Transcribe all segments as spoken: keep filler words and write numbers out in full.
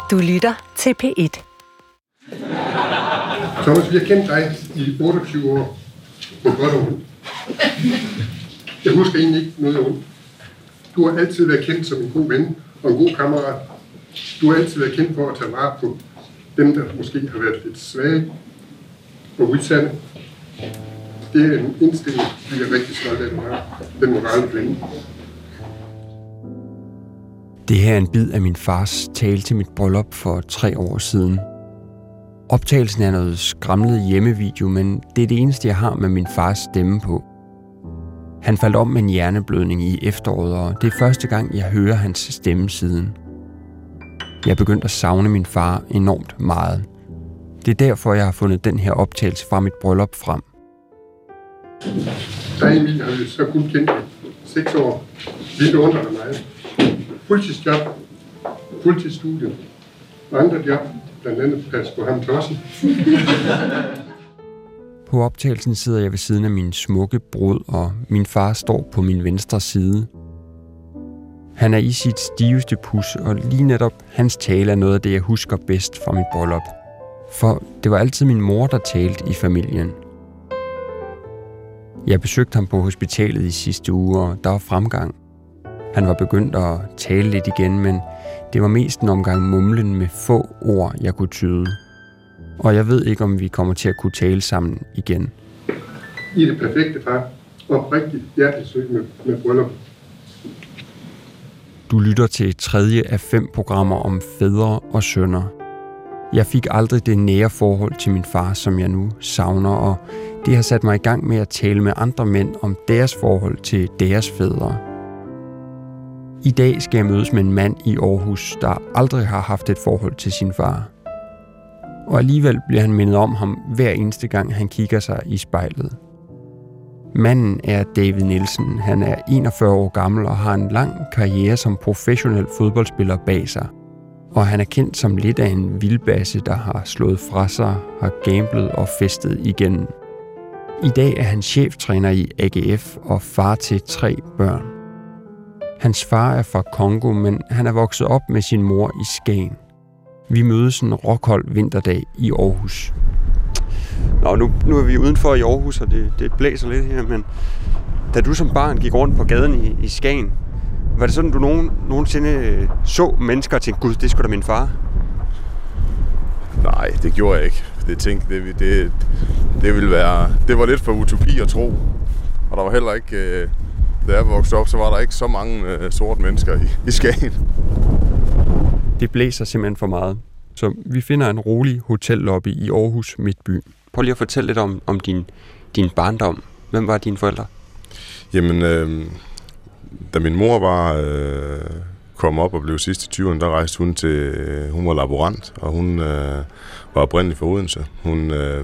Du lytter til P et. Thomas, vi har kendt dig i otteogtyve år. På godt og ondt. Jeg husker egentlig ikke noget ondt. Du har altid været kendt som en god ven og en god kammerat. Du har altid været kendt for at tage vare på dem, der måske har været lidt svage og udsatte. Det er en indstilling, vi er rigtig stolte af, du har. Den morale blinde. Det her er en bid af min fars tale til mit bryllup for tre år siden. Optagelsen er noget skramlet hjemmevideo, men det er det eneste, jeg har med min fars stemme på. Han faldt om med en hjerneblødning i efteråret, og det er første gang, jeg hører hans stemme siden. Jeg er begyndt at savne min far enormt meget. Det er derfor, jeg har fundet den her optagelse fra mit bryllup frem. Dig, Emil, har vi så kun kendt i seks år. Vi beundrer dig meget. Fuldtidsjob, fuldtidsstudie og andre job, blandt andet pas på ham Tossen. På optagelsen sidder jeg ved siden af min smukke brud, og min far står på min venstre side. Han er i sit stiveste pus, og lige netop hans tale er noget af det, jeg husker bedst fra mit bryllup. For det var altid min mor, der talte i familien. Jeg besøgte ham på hospitalet i sidste uge, og der var fremgang. Han var begyndt at tale lidt igen, men det var mest en omgang mumlen med få ord, jeg kunne tyde. Og jeg ved ikke, om vi kommer til at kunne tale sammen igen. I er det perfekte par, og rigtig hjerteligt søg med, med bryllup. Du lytter til et tredje af fem programmer om fædre og sønner. Jeg fik aldrig det nære forhold til min far, som jeg nu savner, og det har sat mig i gang med at tale med andre mænd om deres forhold til deres fædre. I dag skal jeg mødes med en mand i Aarhus, der aldrig har haft et forhold til sin far. Og alligevel bliver han mindet om ham hver eneste gang, han kigger sig i spejlet. Manden er David Nielsen. Han er enogfyrre år gammel og har en lang karriere som professionel fodboldspiller bag sig. Og han er kendt som lidt af en vildbasse, der har slået fra sig, har gamblet og festet igen. I dag er han cheftræner i A G F og far til tre børn. Hans far er fra Congo, men han er vokset op med sin mor i Skagen. Vi mødes en rockhold vinterdag i Aarhus. Nå, nu, nu er vi udenfor i Aarhus, og det, det blæser lidt her, men da du som barn gik rundt på gaden i, i Skagen, var det sådan, du nogen, nogensinde så mennesker og tænkte, gud, det skulle da min far? Nej, det gjorde jeg ikke. Det tænkte, det, det, det ville være, det var lidt for utopi at tro. Og der var heller ikke, da jeg voksede op, så var der ikke så mange sorte mennesker i, i Skagen. Det blæser simpelthen for meget. Så vi finder en rolig hotellobby i Aarhus Midtby. Prøv lige at fortælle lidt om, om din, din barndom. Hvem var dine forældre? Jamen, øh, da min mor var øh, kom op og blev sidst i tyverne, der rejste hun til, øh, hun var laborant, og hun øh, var oprindelig fra Odense. Hun øh,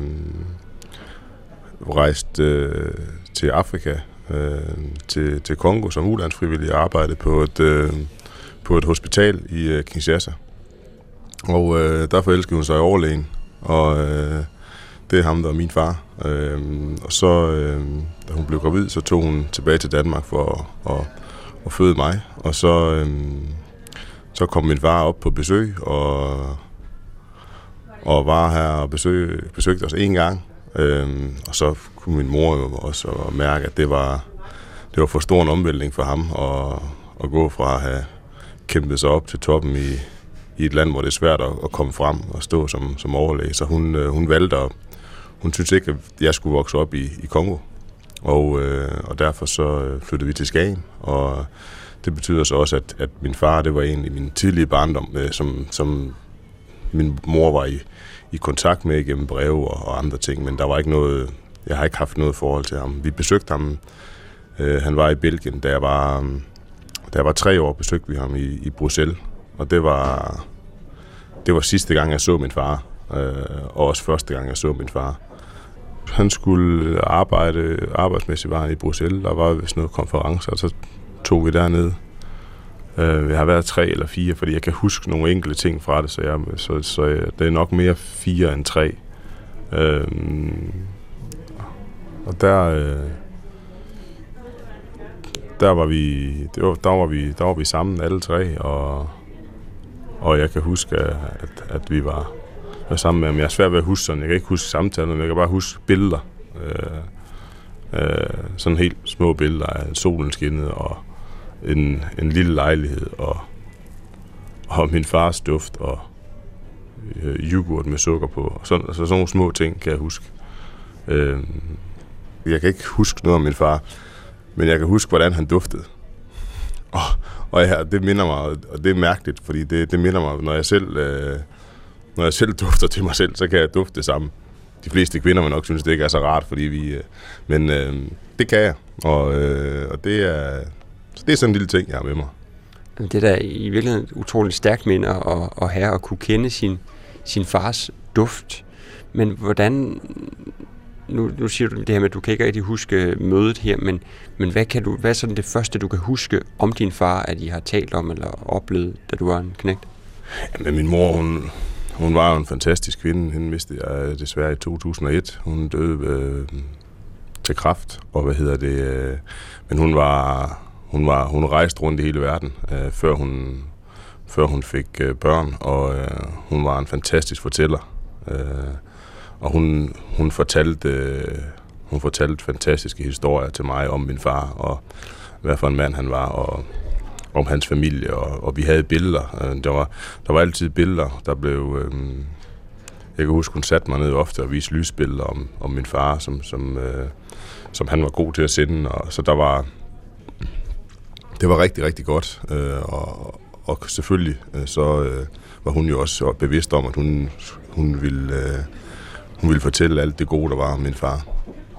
rejste øh, til Afrika, øh, til, til Congo som ulandsfrivillig og arbejdede på et, øh, på et hospital i øh, Kinshasa. Og øh, der forelskede hun sig i overlægen, og øh, det er ham, der er min far. Øh, og så, øh, da hun blev gravid, så tog hun tilbage til Danmark for at, at, at føde mig. Og så, øh, så kom min far op på besøg, og, og var her og besøg, besøgte os en gang. Øh, og så kunne min mor jo også mærke, at det var, det var for stor en omvæltning for ham at, at gå fra at have kæmpet sig op til toppen i i et land, hvor det er svært at komme frem og stå som, som overlæge. Så hun, øh, hun valgte at, hun syntes ikke, at jeg skulle vokse op i, i Congo. Og, øh, og derfor så flyttede vi til Skagen. Og det betyder så også, at, at min far, det var egentlig min tidlige barndom, øh, som, som min mor var i, i kontakt med gennem breve og, og andre ting. Men der var ikke noget, jeg har ikke haft noget forhold til ham. Vi besøgte ham, øh, han var i Belgien, da jeg var, da jeg var tre år, besøgte vi ham i, i Bruxelles. Og det var, det var sidste gang, jeg så min far, øh, og også første gang, jeg så min far. Han skulle arbejde, arbejdsmæssigt var han i Bruxelles, der var vist noget konference, og så tog vi derned. Øh, jeg har været tre eller fire, fordi jeg kan huske nogle enkelte ting fra det, så, jeg, så, så jeg, det er nok mere fire end tre. Øh, og der... Øh, Der var vi, det var, der var vi, der var vi sammen alle tre, og og jeg kan huske, at, at vi var, var sammen med ham. Jeg er svært ved at huske sådan. Jeg kan ikke huske samtaler, men jeg kan bare huske billeder. Øh, øh, sådan helt små billeder af solen skinnede, og en, en lille lejlighed, og, og min fars duft, og øh, yoghurt med sukker på. Og sådan, altså sådan nogle små ting kan jeg huske. Øh, jeg kan ikke huske noget om min far, men jeg kan huske, hvordan han duftede. Og, og ja, det minder mig, og det er mærkeligt, fordi det, det minder mig, når jeg selv, øh, når jeg selv dufter til mig selv, så kan jeg dufte det samme. De fleste kvinder vil nok synes, det ikke er så rart, fordi vi, øh, men øh, det kan jeg, og, øh, og det er, det er sådan en lille ting, jeg har med mig. Det er da i virkeligheden et utroligt stærkt minde at, at have at kunne kende sin, sin fars duft. Men hvordan, nu, nu siger du det her med, at du kan ikke rigtig huske mødet her, men, men hvad, kan du, hvad er sådan det første, du kan huske om din far, at I har talt om eller oplevet, da du var en knægt? Jamen, min mor, hun, hun var jo en fantastisk kvinde. Hende mistede jeg desværre i to tusind og et. Hun døde øh, til kræft, og hvad hedder det, øh, men hun var... Hun, var, hun rejste rundt i hele verden, øh, før, hun, før hun fik øh, børn, og øh, hun var en fantastisk fortæller. Øh, og hun, hun, fortalte, øh, hun fortalte fantastiske historier til mig om min far, og hvad for en mand han var, og om hans familie, og, og vi havde billeder. Øh, der, var, der var altid billeder, der blev... Øh, jeg kan huske, hun satte mig ned ofte og viste lysbilleder om, om min far, som, som, øh, som han var god til at sende, og så der var... Det var rigtig, rigtig godt, øh, og, og selvfølgelig øh, så øh, var hun jo også bevidst om, at hun, hun, ville, øh, hun ville fortælle alt det gode, der var om min far.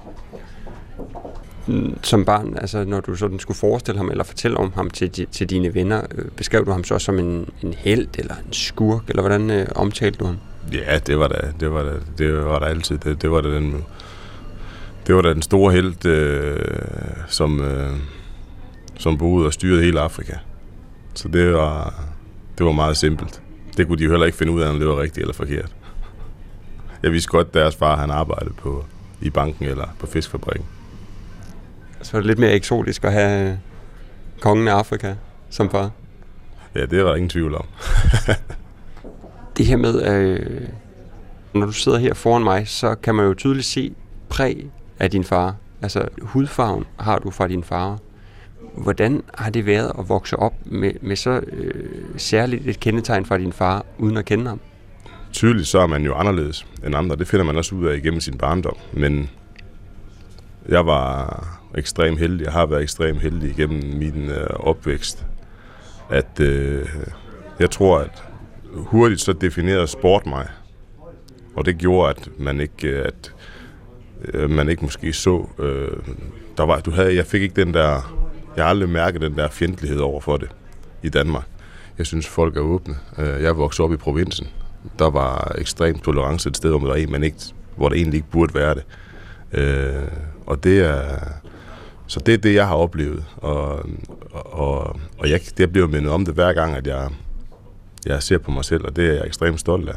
Som barn, altså når du sådan skulle forestille ham eller fortælle om ham til, til dine venner, øh, beskrev du ham så som en, en helt eller en skurk, eller hvordan øh, omtalte du ham? Ja, det var da, det var da, det var da altid. Det, det var da den, det var da den store helt, øh, som... Øh, som boede og styrede hele Afrika. Så det var, det var meget simpelt. Det kunne de jo heller ikke finde ud af, om det var rigtigt eller forkert. Jeg vidste godt, at deres far han arbejdede på, i banken eller på fiskfabrikken. Så var det lidt mere eksotisk at have kongen af Afrika som far? Ja, det var der ingen tvivl om. Det her med, øh, når du sidder her foran mig, så kan man jo tydeligt se præg af din far. Altså hudfarven har du fra din far. Hvordan har det været at vokse op med, med så øh, særligt et kendetegn fra din far, uden at kende ham? Tydeligt så er man jo anderledes end andre. Det finder man også ud af igennem sin barndom. Men jeg var ekstremt heldig. Jeg har været ekstremt heldig igennem min øh, opvækst. At øh, jeg tror, at hurtigt så definerede sport mig. Og det gjorde, at man ikke, at, øh, man ikke måske så... Øh, der var, du havde, jeg fik ikke den der... Jeg har aldrig mærket den der fjendtlighed over for det i Danmark. Jeg synes, folk er åbne. Jeg voksede op i provinsen. Der var ekstrem tolerance et sted, hvor, der en, man ikke, hvor der egentlig ikke burde være det. Og det er, så det er det, jeg har oplevet. Og, og, og jeg, det bliver mindet om det hver gang, at jeg, jeg ser på mig selv, og det er jeg ekstremt stolt af.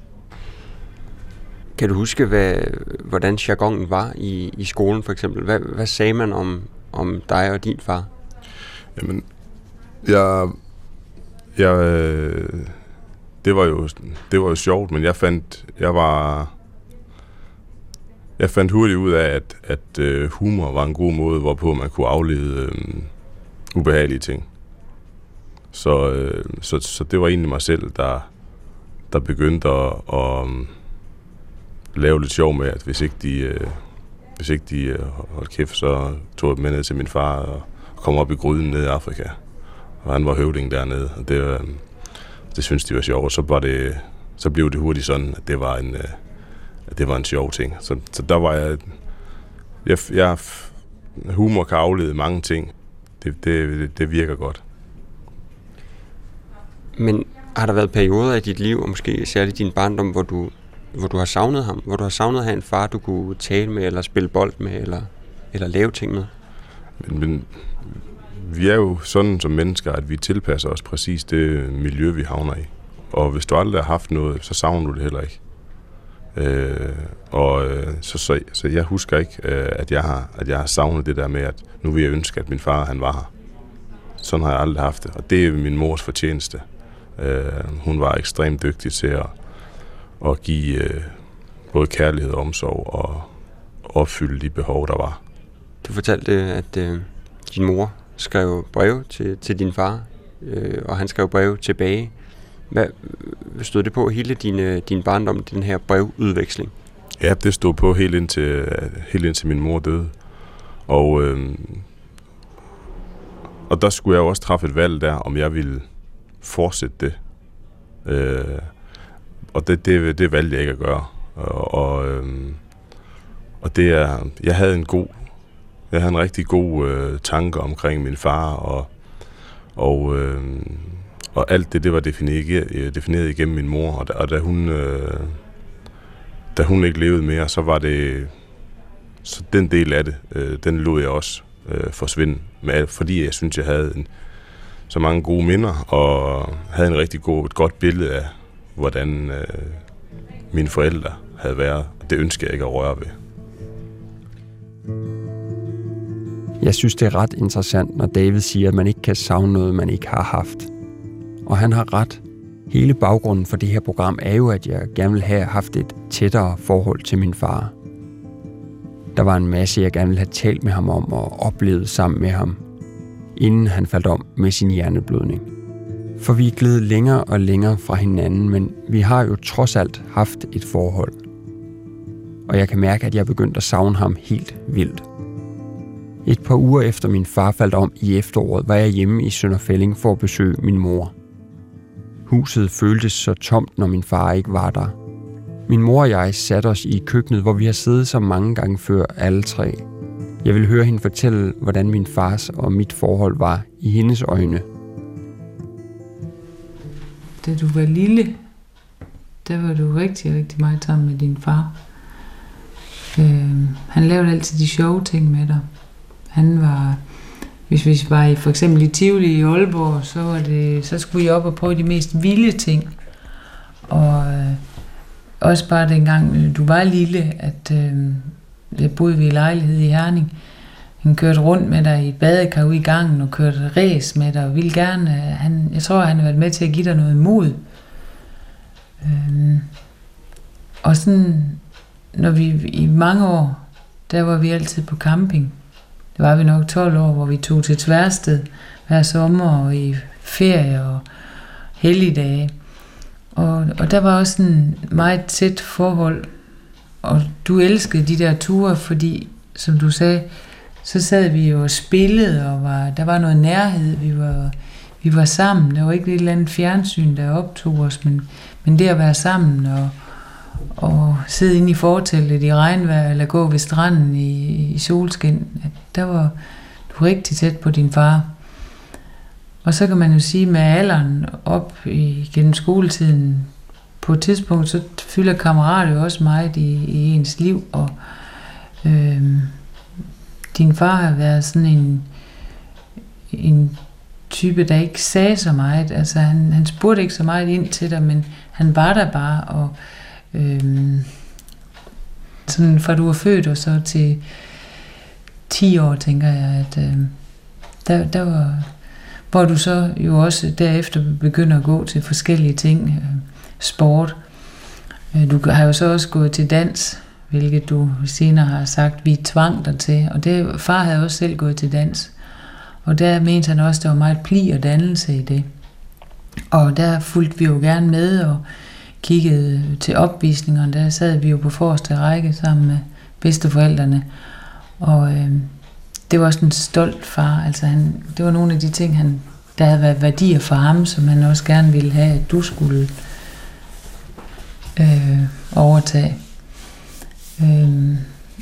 Kan du huske, hvad, hvordan jargonen var i, i skolen for eksempel? Hvad, hvad sagde man om, om dig og din far? Jamen, jeg, jeg, det var jo, det var jo sjovt, men jeg fandt, jeg var, jeg fandt hurtigt ud af, at, at humor var en god måde, hvorpå man kunne aflede um, ubehagelige ting. Så, så, så det var egentlig mig selv, der, der begyndte at, at lave lidt sjov med, at hvis ikke de, hvis ikke de holdt kæft, så tog jeg med ned til min far og kom op i gryden nede i Afrika. Og han var høvding dernede, og det, det syntes de var sjovt. Og så, var det, så blev det hurtigt sådan, at det var en, at det var en sjov ting. Så, så der var jeg, jeg, jeg... Humor kan aflede mange ting. Det, det, det virker godt. Men har der været perioder i dit liv, og måske særligt din barndom, hvor du, hvor du har savnet ham? Hvor du har savnet at have en far, du kunne tale med, eller spille bold med, eller, eller lave ting med? Men, men vi er jo sådan som mennesker, at vi tilpasser os præcis det miljø, vi havner i. Og hvis du aldrig har haft noget, så savner du det heller ikke. Øh, og så, så, så jeg husker ikke, at jeg, har, at jeg har savnet det der med, at nu vil jeg ønske, at min far han var her. Sådan har jeg aldrig haft det. Og det er min mors fortjeneste. Øh, hun var ekstremt dygtig til at, at give øh, både kærlighed og omsorg og opfylde de behov, der var. Du fortalte, at øh, din mor skrev breve til, til din far, øh, og han skrev breve tilbage. Hvad stod det på hele din, din barndom, den her brevudveksling? Ja, det stod på helt indtil, helt indtil min mor døde. Og, øh, og der skulle jeg jo også træffe et valg der, om jeg ville fortsætte det. Øh, og det, det, det valgte jeg ikke at gøre. Og, og, øh, og det er, jeg havde en god, jeg havde en rigtig god øh, tanke omkring min far, og, og, øh, og alt det, det var defineret, defineret igennem min mor. Og da, og da hun... Øh, Da hun ikke levede mere, så var det, så den del af det, øh, den lod jeg også øh, forsvinde, med, fordi jeg synes, jeg havde en, så mange gode minder, og havde en rigtig god, et godt billede af, hvordan øh, mine forældre havde været. Det ønsker jeg ikke at røre ved. Jeg synes, det er ret interessant, når David siger, at man ikke kan savne noget, man ikke har haft. Og han har ret. Hele baggrunden for det her program er jo, at jeg gerne ville have haft et tættere forhold til min far. Der var en masse, jeg gerne ville have talt med ham om og oplevet sammen med ham, inden han faldt om med sin hjerneblødning. For vi er gledet længere og længere fra hinanden, men vi har jo trods alt haft et forhold. Og jeg kan mærke, at jeg er begyndt at savne ham helt vildt. Et par uger efter min far faldt om i efteråret, var jeg hjemme i Sønder Felding for at besøge min mor. Huset føltes så tomt, når min far ikke var der. Min mor og jeg satte os i køkkenet, hvor vi har siddet så mange gange før, alle tre. Jeg vil høre hende fortælle, hvordan min fars og mit forhold var i hendes øjne. Da du var lille, der var du rigtig, rigtig meget sammen med din far. Øh, han lavede altid de sjove ting med dig. Han var... Hvis vi var i, for eksempel i Tivoli i Aalborg, så, var det, så skulle vi op og prøve de mest vilde ting. Og øh, også bare dengang du var lille, at øh, jeg boede vi i lejlighed i Herning. Han kørte rundt med dig i et badekar ude i gangen og kørte ræs med dig og ville gerne. Han, jeg tror, han har været med til at give dig noget mod. Øh, og sådan, når vi i mange år, der var vi altid på camping. Det var vi nok tolv år, hvor vi tog til Tværsted hver sommer og i ferie og helligdage. Og, og der var også en meget tæt forhold. Og du elskede de der ture, fordi, som du sagde, så sad vi jo og spillede, og var, der var noget nærhed. Vi var, vi var sammen. Der var ikke et eller andet fjernsyn, der optog os, men, men det at være sammen og, og sidde inde i forteltet i regnvejr, eller gå ved stranden i, i solskin, der var du rigtig tæt på din far. Og så kan man jo sige, med alderen op igennem skoletiden, på et tidspunkt, så fylder kammerater jo også meget i, i ens liv, og øh, din far har været sådan en, en type, der ikke sagde så meget. Altså, han, han spurgte ikke så meget ind til dig, men han var der bare, og Øhm, sådan fra du var født og så til ti år, tænker jeg, at øh, der, der var, hvor du så jo også derefter begynder at gå til forskellige ting, øh, sport. Øh, du har jo så også gået til dans, hvilket du senere har sagt, vi tvang dig til, og det, far havde også selv gået til dans, og der mente han også, der var meget pli og dannelse i det, og der fulgte vi jo gerne med, og kiggede til opvisningerne, der sad vi jo på forreste række sammen med bedsteforældrene, og øh, det var også en stolt far, altså han, det var nogle af de ting, han, der havde været værdier for ham, som han også gerne ville have, at du skulle øh, overtage. Øh,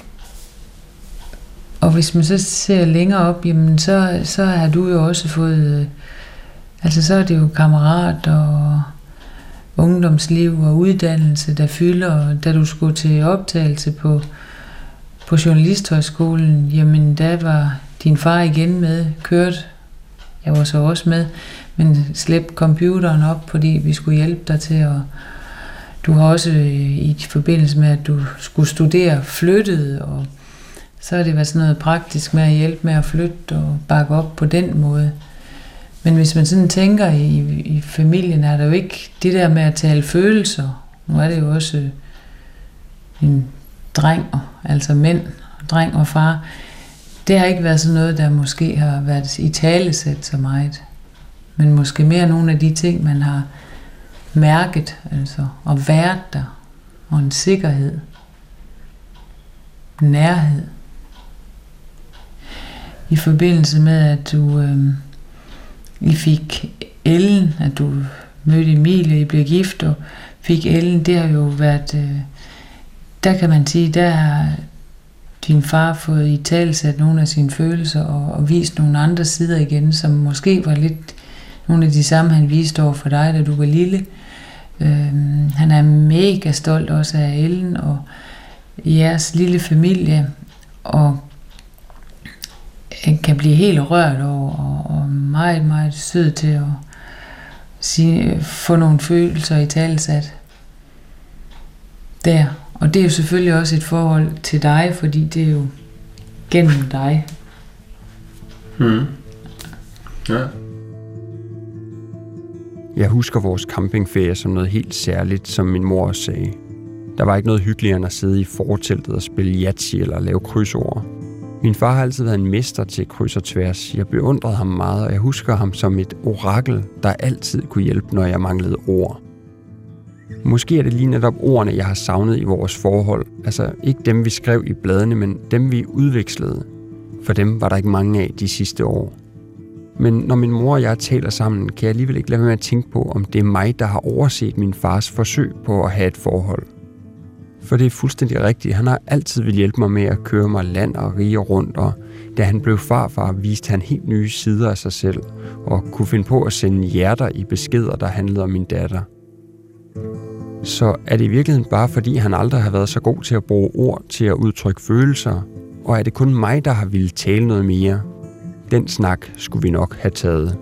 og hvis man så ser længere op, jamen så, så har du jo også fået, øh, altså så er det jo kammerat og ungdomsliv og uddannelse, der fylder, da du skulle til optagelse på, på Journalisthøjskolen, jamen der var din far igen med, kørt, jeg var så også med, men slæbte computeren op, fordi vi skulle hjælpe dig til at, du har også i forbindelse med, at du skulle studere, flyttet, og så har det været sådan noget praktisk med at hjælpe med at flytte og bakke op på den måde. Men hvis man sådan tænker i, i familien, er der jo ikke det der med at tale følelser. Nu er det jo også en dreng, altså mænd, dreng og far. Det har ikke været sådan noget, der måske har været i talesæt så meget. Men måske mere nogle af de ting, man har mærket, altså, og været der, og en sikkerhed, nærhed. I forbindelse med, at du øh, I fik Ellen, at du mødte Emilie, I blev gift og fik Ellen, det har jo været, øh, der kan man sige, der har din far fået i talesat nogle af sine følelser og, og vist nogle andre sider igen, som måske var lidt nogle af de samme, han viste over for dig, da du var lille. Øh, han er mega stolt også af Ellen og jeres lille familie, og kan blive helt rørt over, og, og meget, meget sød til at sige, få nogle følelser i talesat der. Og det er jo selvfølgelig også et forhold til dig, fordi det er jo gennem dig. Mm. Ja. Jeg husker vores campingferie som noget helt særligt, som min mor også sagde. Der var ikke noget hyggeligere end at sidde i forteltet og spille Yatzy eller lave krydsord. Min far har altid været en mester til kryds og tværs. Jeg beundrede ham meget, og jeg husker ham som et orakel, der altid kunne hjælpe, når jeg manglede ord. Måske er det lige netop ordene, jeg har savnet i vores forhold. Altså ikke dem, vi skrev i bladene, men dem, vi udvekslede. For dem var der ikke mange af de sidste år. Men når min mor og jeg taler sammen, kan jeg alligevel ikke lade være med at tænke på, om det er mig, der har overset min fars forsøg på at have et forhold. For det er fuldstændig rigtigt. Han har altid vil hjælpe mig med at køre mig land og rige rundt, og da han blev farfar, viste han helt nye sider af sig selv, og kunne finde på at sende hjerter i beskeder, der handlede om min datter. Så er det i virkeligheden bare fordi, han aldrig har været så god til at bruge ord til at udtrykke følelser, og er det kun mig, der har ville tale noget mere? Den snak skulle vi nok have taget.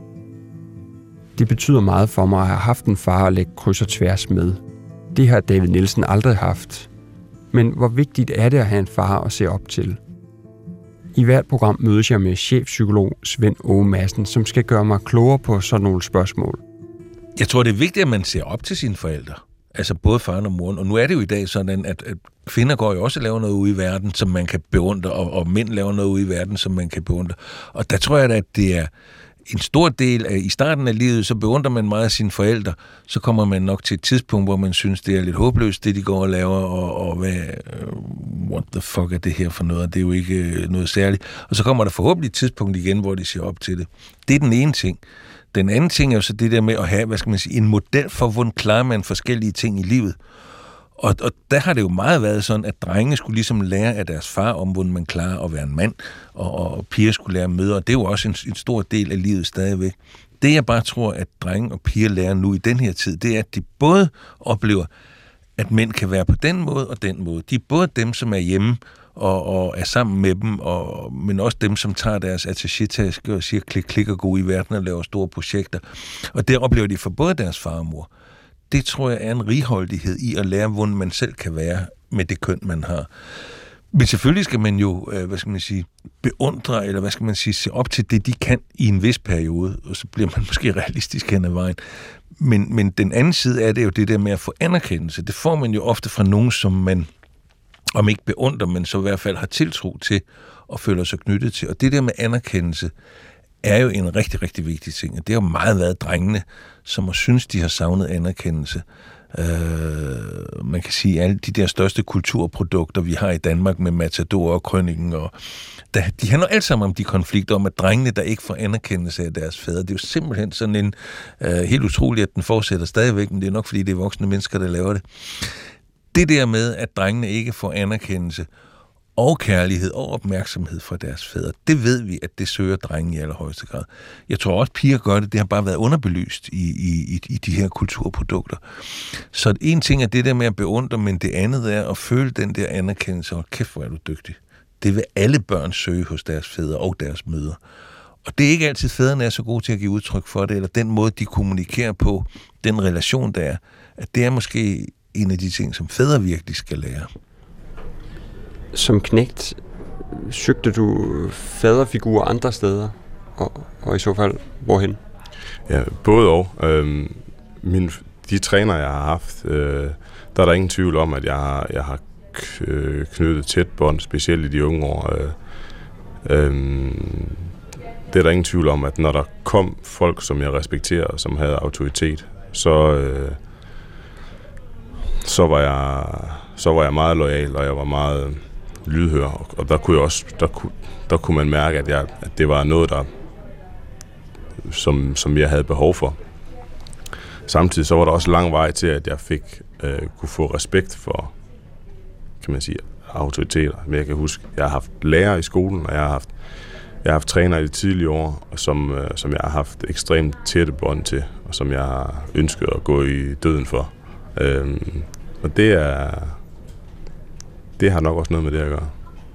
Det betyder meget for mig at have haft en far at lægge kryds og tværs med. Det har David Nielsen aldrig haft. Men hvor vigtigt er det at have en far at se op til? I hvert program mødes jeg med chefpsykolog Svend Åge Madsen, som skal gøre mig klogere på sådan nogle spørgsmål. Jeg tror, det er vigtigt, at man ser op til sine forældre. Altså både faren og moren. Og nu er det jo i dag sådan, at, at kvinder går jo også og laver noget ude i verden, som man kan beundre, og, og mænd laver noget ude i verden, som man kan beundre. Og der tror jeg da, at det er en stor del af, i starten af livet, så beundrer man meget af sine forældre. Så kommer man nok til et tidspunkt, hvor man synes, det er lidt håbløst, det de går og laver, og, og hvad, what the fuck er det her for noget? Det er jo ikke noget særligt. Og så kommer der forhåbentlig et tidspunkt igen, hvor de ser op til det. Det er den ene ting. Den anden ting er jo så det der med at have, hvad skal man sige, en model for, hvordan klarer man forskellige ting i livet. Og, og der har det jo meget været sådan, at drenge skulle ligesom lære af deres far om, hvordan man klarer at være en mand, og, og piger skulle lære mødre. Det er jo også en, en stor del af livet stadigvæk. Det jeg bare tror, at drenge og piger lærer nu i den her tid, det er, at de både oplever, at mænd kan være på den måde og den måde. De er både dem, som er hjemme og, og er sammen med dem, og, men også dem, som tager deres attaché-taske og siger klik, klik og gå i verden og laver store projekter. Og det oplever de for både deres far og mor. Det tror jeg er en righoldighed i at lære, hvordan man selv kan være med det køn, man har. Men selvfølgelig skal man jo, hvad skal man sige, beundre, eller hvad skal man sige, se op til det, de kan i en vis periode, og så bliver man måske realistisk hen ad vejen. Men, men den anden side er det jo det der med at få anerkendelse. Det får man jo ofte fra nogen, som man, om ikke beundrer, men så i hvert fald har tiltro til og føler sig knyttet til. Og det der med anerkendelse er jo en rigtig, rigtig vigtig ting. Det har jo meget været drengene, som har synes, de har savnet anerkendelse. Uh, man kan sige, alle de der største kulturprodukter, vi har i Danmark med Matador og Krøniken, og der, de handler alt sammen om de konflikter, om at drengene, der ikke får anerkendelse af deres fædre. Det er jo simpelthen sådan en uh, helt utroligt, at den fortsætter stadigvæk, men det er nok, fordi det er voksne mennesker, der laver det. Det der med, at drengene ikke får anerkendelse og kærlighed og opmærksomhed fra deres fædre, det ved vi, at det søger drenge i allerhøjeste grad. Jeg tror også, piger gør det. Det har bare været underbelyst i, i, i de her kulturprodukter. Så en ting er det der med at beundre, men det andet er at føle den der anerkendelse, og kæft, hvor er du dygtig. Det vil alle børn søge hos deres fædre og deres mødre. Og det er ikke altid, fædrene er så gode til at give udtryk for det, eller den måde, de kommunikerer på, den relation, der er, at det er måske en af de ting, som fædre virkelig skal lære. Som knægt søgte du faderfigurer andre steder? og, og i så fald, hvorhen? Ja, både og. Øh, min, de træner, jeg har haft, øh, der er der ingen tvivl om, at jeg har, jeg har knyttet tæt bånd, specielt i de unge år. Øh, øh, det er der ingen tvivl om, at når der kom folk, som jeg respekterer, som havde autoritet, så, øh, så, var jeg, så var jeg meget loyal, og jeg var meget lydhør. Og, og der kunne jeg også, der kunne, der kunne man mærke, at, jeg, at det var noget, der, som, som jeg havde behov for. Samtidig så var der også lang vej til, at jeg fik øh, kunne få respekt for, kan man sige, autoriteter. Men jeg kan huske, jeg har haft lærer i skolen, og jeg har haft, jeg har haft træner i de tidlige år, som, øh, som jeg har haft ekstremt tætte bånd til, og som jeg har ønsket at gå i døden for. Øhm, og det er, det har nok også noget med det at gøre.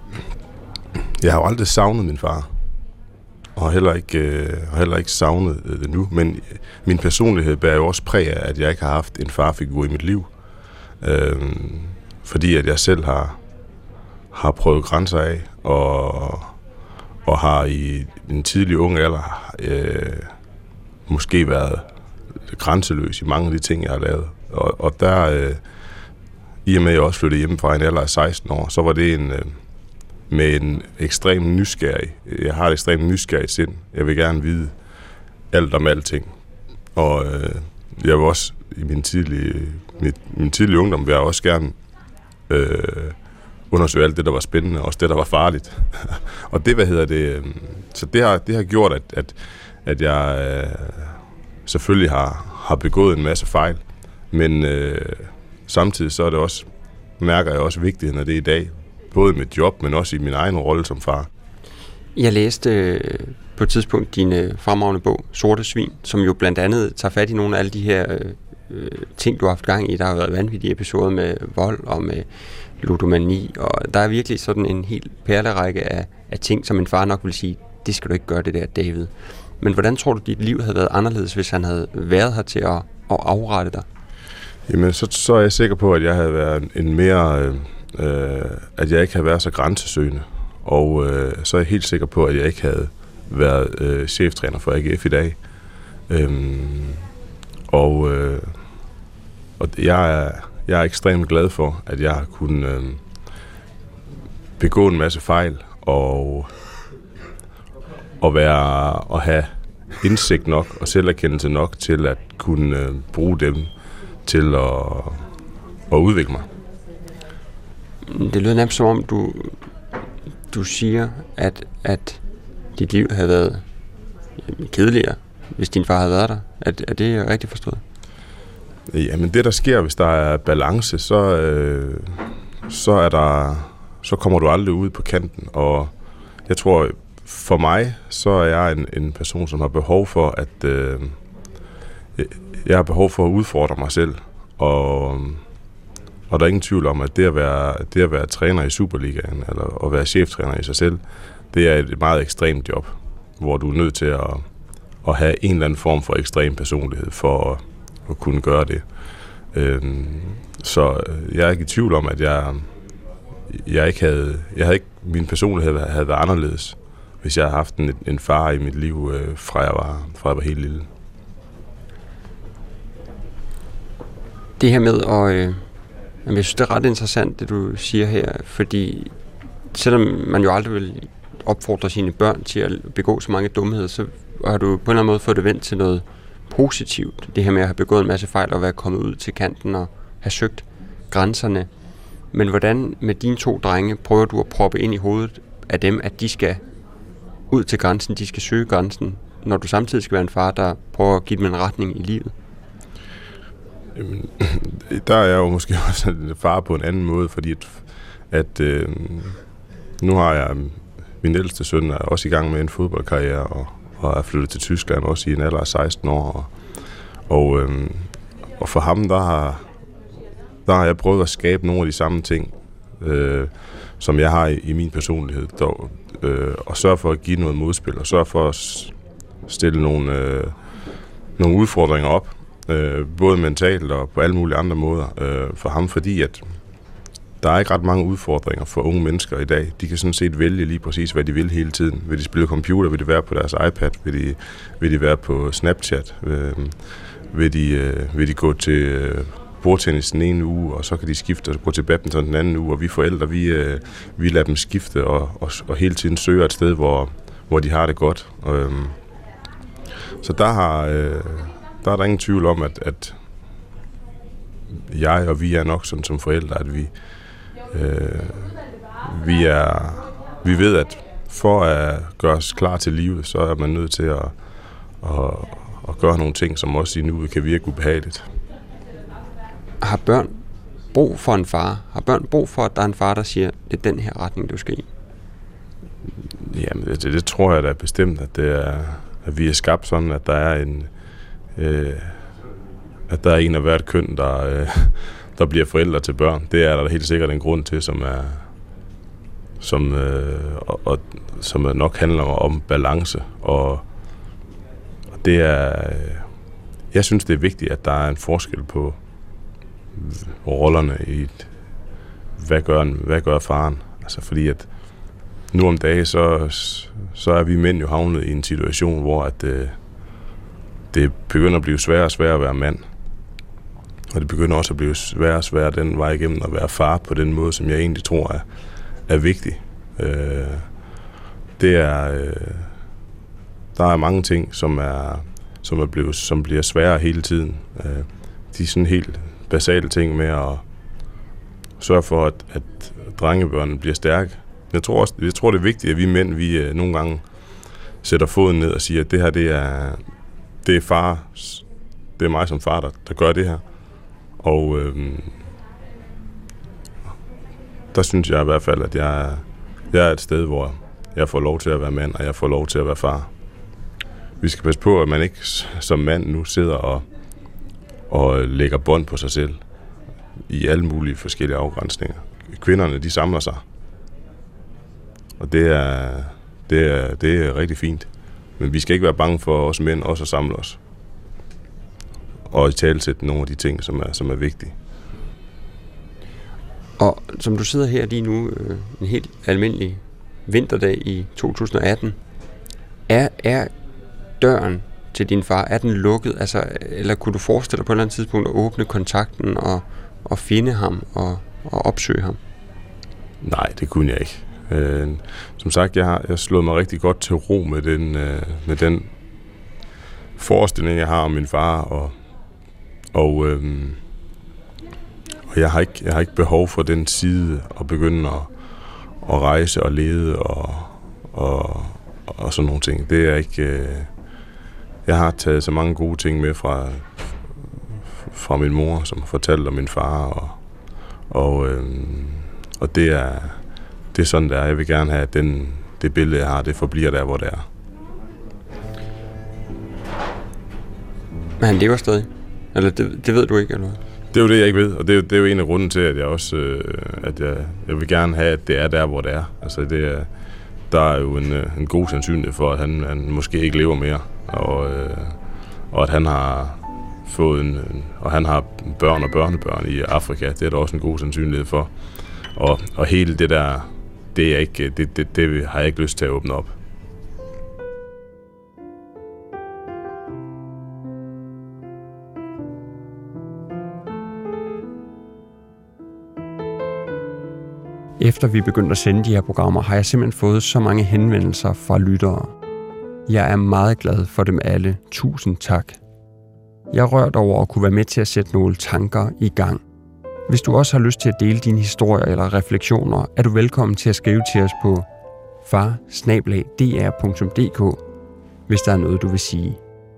Jeg har jo aldrig savnet min far, og heller ikke, øh, og heller ikke savnet det nu, men min personlighed bærer jo også præg af, at jeg ikke har haft en farfigur i mit liv. Øhm, fordi at jeg selv har, har prøvet grænser af, og, og har i en tidlig unge alder øh, måske været grænseløs i mange af de ting, jeg har lavet. Og, og der, øh, i og med at jeg også flyttede hjemmefra i en alder af seksten år, så var det en, øh, med en ekstrem nysgerrig. Jeg har et ekstremt nysgerrigt sind. Jeg vil gerne vide alt om alting. Og øh, jeg vil også i min tidlige, min, min tidlige ungdom vil jeg også gerne øh, undersøge alt det, der var spændende, også det, der var farligt. Og det, hvad hedder det, øh, så det har, det har gjort, at, at, at jeg øh, selvfølgelig har, har begået en masse fejl, men øh, samtidig så er det også, mærker jeg også vigtigheden af det i dag, både med job, men også i min egen rolle som far. Jeg læste øh, på et tidspunkt din øh, fremragende bog, Sorte Svin, som jo blandt andet tager fat i nogle af alle de her øh, ting, du har haft gang i. Der har været vanvittige episoder med vold og med ludomani, og der er virkelig sådan en helt perlerække af, af ting, som en far nok vil sige, det skal du ikke gøre det der, David. Men hvordan tror du, dit liv havde været anderledes, hvis han havde været her til at, at afrette dig? Jamen, så, så er jeg sikker på, at jeg havde været en mere... Øh, øh, at jeg ikke havde været så grænsesøgende. Og øh, så er jeg helt sikker på, at jeg ikke havde været øh, cheftræner for A G F i dag. Øhm, og øh, og jeg, er, jeg er ekstremt glad for, at jeg har kunnet øh, begå en masse fejl og, og, være, og have indsigt nok og selverkendelse nok til at kunne øh, bruge dem til at, at udvikle mig. Det lyder nærmest som om, du, du siger, at, at dit liv havde været kedeligere, hvis din far havde været der. Er, er det rigtigt forstået? Jamen det, der sker, hvis der er balance, så, øh, så, er der, så kommer du aldrig ud på kanten. Og jeg tror, for mig, så er jeg en, en person, som har behov for, at øh, jeg har behov for at udfordre mig selv. Og Og der er ingen tvivl om, at det at være, det at være træner i Superligaen, eller at være cheftræner i sig selv, det er et meget ekstremt job, hvor du er nødt til at, at have en eller anden form for ekstrem personlighed for at, at kunne gøre det. Så jeg er ikke i tvivl om, at jeg, jeg ikke havde, jeg havde ikke, min personlighed havde været anderledes, hvis jeg havde haft en, en far i mit liv, fra jeg var, fra jeg var helt lille. Det her med at... Øh Men jeg synes, det er ret interessant, det du siger her, fordi selvom man jo aldrig vil opfordre sine børn til at begå så mange dumheder, så har du på en eller anden måde fået det vendt til noget positivt. Det her med at have begået en masse fejl og være kommet ud til kanten og have søgt grænserne. Men hvordan med dine to drenge prøver du at proppe ind i hovedet af dem, at de skal ud til grænsen, de skal søge grænsen, når du samtidig skal være en far, der prøver at give dem en retning i livet? Der er jeg jo måske også en far på en anden måde, fordi at, at øh, nu har jeg min ældste søn er også i gang med en fodboldkarriere og, og er flyttet til Tyskland også i en alder af seksten år. Og, og, øh, og for ham, der har, der har jeg prøvet at skabe nogle af de samme ting, øh, som jeg har i, i min personlighed. Der, øh, og sørge for at give noget modspil, og sørge for at stille nogle, øh, nogle udfordringer op. Øh, både mentalt og på alle mulige andre måder øh, for ham, fordi at der er ikke ret mange udfordringer for unge mennesker i dag. De kan sådan set vælge lige præcis, hvad de vil hele tiden. Vil de spille computer? Vil de være på deres iPad? Vil de, vil de være på Snapchat? Øh, vil, de, øh, vil de gå til øh, bordtennis den ene uge, og så kan de skifte og gå til badminton den anden uge, og vi forældre, vi, øh, vi lader dem skifte og, og, og hele tiden søge et sted, hvor, hvor de har det godt. Øh, så der, har, øh, der er der ingen tvivl om, at, at jeg og vi er nok sådan som forældre, at vi Øh, vi er vi ved, at for at gøre os klar til livet, så er man nødt til at, at, at gøre nogle ting, som også i nuet kan virke ubehageligt. Har børn brug for en far? Har børn brug for, at der er en far, der siger, det er den her retning, du skal i? Jamen, det, det tror jeg da bestemt, at, det er, at vi er skabt sådan, at der er en øh, at der er en af hvert køn, der øh, der bliver forældre til børn. Det er der helt sikkert en grund til, som er som, øh, og, og, som nok handler om balance. Og, og det er, jeg synes, det er vigtigt, at der er en forskel på rollerne i et, hvad gør, hvad gør faren? Altså fordi at nu om dagen, så, så er vi mænd jo havnet i en situation, hvor at, øh, det begynder at blive sværere og sværere at være mand. Og det begynder også at blive sværere og sværere den vej igennem at være far på den måde, som jeg egentlig tror er, er vigtig. Øh, det er, øh, der er mange ting, som er, som er blevet, som bliver sværere hele tiden. Øh, de er sådan helt basale ting med at sørge for, at, at drengebørnene bliver stærke. Jeg tror også, jeg tror det er vigtigt, at vi mænd, vi øh, nogle gange sætter foden ned og siger, at det her, det er, det er far, det er mig som far, der, der gør det her. Og øhm, der synes jeg i hvert fald, at jeg, jeg er et sted, hvor jeg får lov til at være mand, og jeg får lov til at være far. Vi skal passe på, at man ikke som mand nu sidder og, og lægger bånd på sig selv i alle mulige forskellige afgrænsninger. Kvinderne, de samler sig. Og det er, det er, det er rigtig fint. Men vi skal ikke være bange for os mænd også at samle os. Og i talesætte nogle af de ting, som er, som er vigtige. Og som du sidder her lige nu, øh, en helt almindelig vinterdag i to tusind og atten, er, er døren til din far, er den lukket? Altså, eller kunne du forestille dig på et eller andet tidspunkt at åbne kontakten og, og finde ham og, og opsøge ham? Nej, det kunne jeg ikke. Øh, som sagt, jeg har jeg slået mig rigtig godt til ro med den, øh, med den forestilling, jeg har om min far, og Og, øhm, og jeg, har ikke, jeg har ikke behov for den side at begynde at, at rejse og lede og, og, og sådan nogle ting. Det er ikke... Øh, jeg har taget så mange gode ting med fra, fra min mor, som har fortalt om min far, og, og, øhm, og det, er, det er sådan, det er. Jeg vil gerne have, at den, det billede, jeg har, det forbliver der, hvor det er. Men han lever stadig? Eller det, det ved du ikke, eller hvad? Det er jo det, jeg ikke ved, og det er jo, det er jo en af grunden til, at jeg også, øh, at jeg, jeg vil gerne have, at det er der, hvor det er. Altså, det er, der er jo en, en god sandsynlighed for, at han, han måske ikke lever mere, og, øh, og at han har fået en, og han har børn og børnebørn i Afrika, det er der også en god sandsynlighed for. Og, og hele det der, det, er ikke, det, det, det har jeg ikke lyst til at åbne op. Efter vi begyndte at sende de her programmer, har jeg simpelthen fået så mange henvendelser fra lyttere. Jeg er meget glad for dem alle. Tusind tak. Jeg er rørt over at kunne være med til at sætte nogle tanker i gang. Hvis du også har lyst til at dele dine historier eller refleksioner, er du velkommen til at skrive til os på far bindestreg d r punktum d k, hvis der er noget, du vil sige.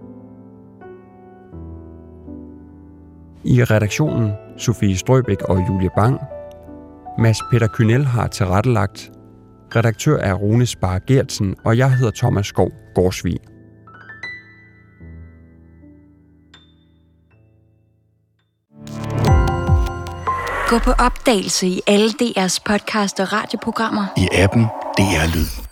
I redaktionen Sofie Strøbæk og Julie Bang. Mads Peter Kynel har tilrettelagt. Redaktør er Rune Spar Gertsen, og jeg hedder Thomas Skov Gårdsvig. Gå på opdagelse i alle D R's podcast og radioprogrammer. I appen D R Lyd.